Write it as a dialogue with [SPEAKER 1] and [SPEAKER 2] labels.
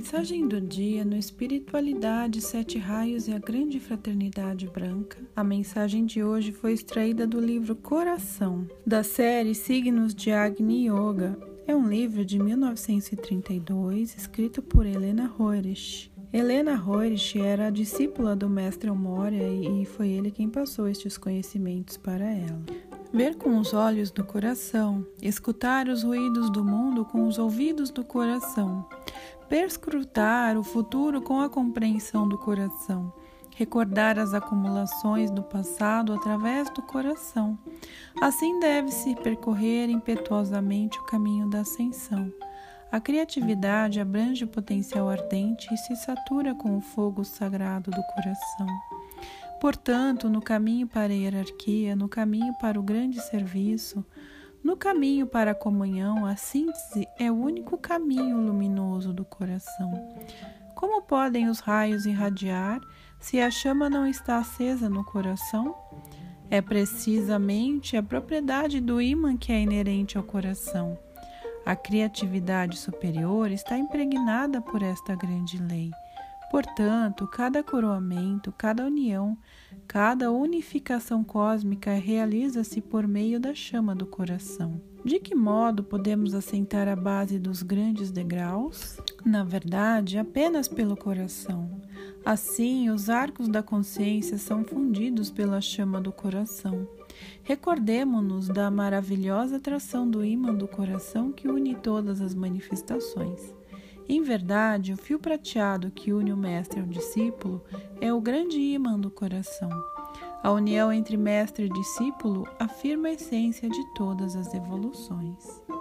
[SPEAKER 1] Mensagem do dia no Espiritualidade, 7 Raios e a Grande Fraternidade Branca. A mensagem de hoje foi extraída do livro Coração, da série Signos de Agni Yoga. É um livro de 1932, escrito por Helena Roerich. Helena Roerich era a discípula do mestre Moria e foi ele quem passou estes conhecimentos para ela. Ver com os olhos do coração, escutar os ruídos do mundo com os ouvidos do coração, perscrutar o futuro com a compreensão do coração, recordar as acumulações do passado através do coração. Assim deve-se percorrer impetuosamente o caminho da ascensão. A criatividade abrange o potencial ardente e se satura com o fogo sagrado do coração. Portanto, no caminho para a hierarquia, no caminho para o grande serviço, no caminho para a comunhão, a síntese é o único caminho luminoso do coração. Como podem os raios irradiar se a chama não está acesa no coração? É precisamente a propriedade do ímã que é inerente ao coração. A criatividade superior está impregnada por esta grande lei. Portanto, cada coroamento, cada união, cada unificação cósmica realiza-se por meio da chama do coração. De que modo podemos assentar a base dos grandes degraus? Na verdade, apenas pelo coração. Assim, os arcos da consciência são fundidos pela chama do coração. Recordemo-nos da maravilhosa atração do ímã do coração que une todas as manifestações. Em verdade, o fio prateado que une o mestre ao discípulo é o grande ímã do coração. A união entre mestre e discípulo afirma a essência de todas as evoluções.